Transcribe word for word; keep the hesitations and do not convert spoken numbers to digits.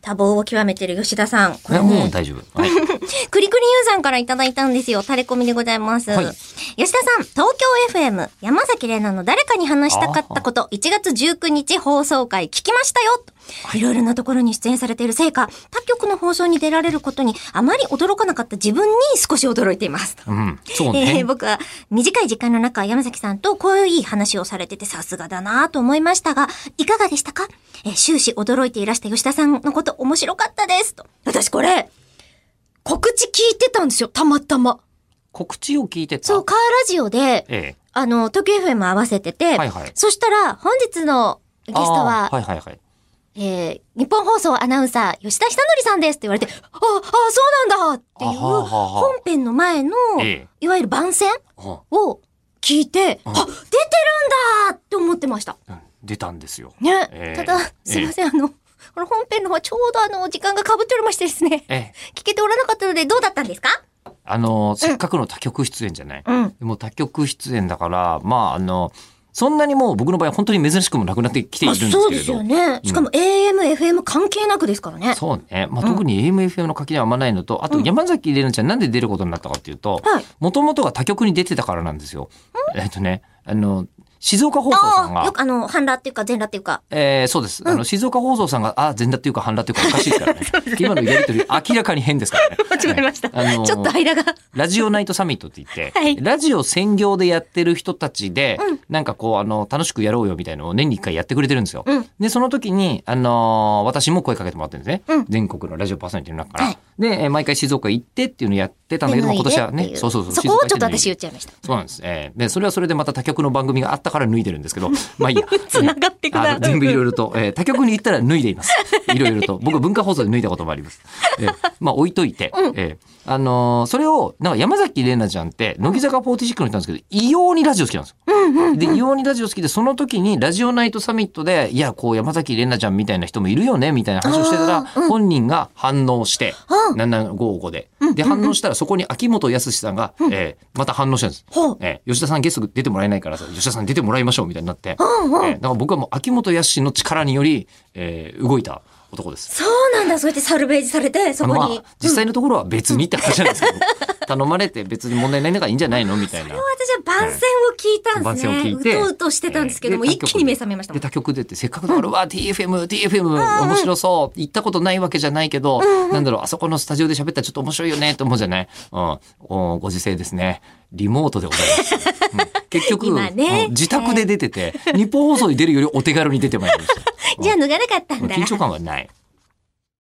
多忙を極めてる吉田さん。 これ、ね、もう大丈夫。はい、 クリクリユーさんからいただいたんですよ。タレコミでございます。はい、吉田さん、東京 エフエム、山崎怜奈の誰かに話したかったこと、いちがつじゅうくにち放送回聞きましたよ。いろいろなところに出演されているせいか、他局の放送に出られることにあまり驚かなかった自分に少し驚いています。 うん、そうね。 えー、僕は短い時間の中、山崎さんとこういういい話をされててさすがだなと思いましたが、いかがでしたか？えー、終始驚いていらした吉田さんのこと面白かったですと。私これ、告知聞いてたんですよ、たまたま。 告知を聞いてた？ そう、カーラジオで、ええ、あの、東京 エフエム 合わせてて、はいはい、そしたら、本日のゲストは、はいはいはい、えー、日本放送アナウンサー、吉田久典さんですって言われて、あ、あ、そうなんだっていう、本編の前の、ええ、いわゆる番宣を聞いて、あ、出てるんだって思ってました。 うん、出たんですよ。 ね、えー、ただ、すいません、えー、あの、この本編の方はちょうどあの、時間が被っておりましてですね、えー、聞けておらなかったので、どうだったんですか？ あの、せっかくの他局出演じゃない。うん、でも他局出演だから、まあ、あの、そんなにもう僕の場合は本当に珍しくもなくなってきているんですけれど。 そうですよね。しかも エーエム、エフエム 関係なくですからね。 そうね。まあ、特に エーエム、エフエム の垣根はあんまないのと、あと山崎怜奈ちゃんなんで出ることになったかっていうと、もともとが他局に出てたからなんですよ。えっとね、あの、静岡放送さんが。 よくあの、半裸っていうか全裸っていうか。 えー、そうです。うん、あの、静岡放送さんが、あ、全裸っていうか半裸っていうかおかしいですからね。今のやりとり明らかに変ですからね。 間違えました。あのー、ちょっと間が。 ラジオナイトサミットって言って、はい、ラジオ専業でやってる人たちで、うん、なんかこう、あの、楽しくやろうよみたいなのを年に一回やってくれてるんですよ。うん、で、その時に、あのー、私も声かけてもらってるんですね。うん、全国のラジオパーソナリティの中から。はい、で、毎回静岡行ってっていうのをやってたんだけども、今年はね、そうそうそう。 そこをちょっと私言っちゃいました。 そうなんです。えー、で、それはそれでまた他局の番組があったから脱いでるんですけど、まあいいや。 繋がってくだ、 全部いろいろと、えー、他局に行ったら脱いでいます。いろいろと。僕文化放送で脱いだこともあります。えー、まあ置いといて。うん、えー、あのー、それを、なんか山崎怜奈ちゃんって、乃木坂フォーティーシックスの人なんですけど、異様にラジオ好きなんですよ。うんうんうん、で、異様にラジオ好きで、その時にラジオナイトサミットで、いや、こう山崎怜奈ちゃんみたいな人もいるよね、みたいな話をしてたら、うん、本人が反応して、ななごーごで。で、反応したらそこに秋元康さんが、うん、えー、また反応したんです。えー、吉田さんゲスト出てもらえないからさ、吉田さん出てもらいましょうみたいになって、うんうん、えー、だから僕はもう秋元康の力により、えー、動いた男です。 そうなんだ。そうやってサルベージされて、そこに。まあ、 実際のところは別にって話なんですけど、うん、頼まれて別に問題ないのがいいんじゃないのみたいな。 それは私は番宣を聞いたんですね。番宣を聞いて。うとうとしてたんですけども、えー、一気に目覚めましたもん。 で、他局出て、せっかくだから、うん、わ、ティーエフエム、ティーエフエム、面白そう。行ったことないわけじゃないけど、うん、なんだろう、あそこのスタジオで喋ったらちょっと面白いよね、と思うじゃない。うん。おご時世ですね。リモートでございます。うん、結局、ね、自宅で出てて、日本放送に出るよりお手軽に出てまいりました。 じゃあ脱がなかったんだ。 緊張感はない。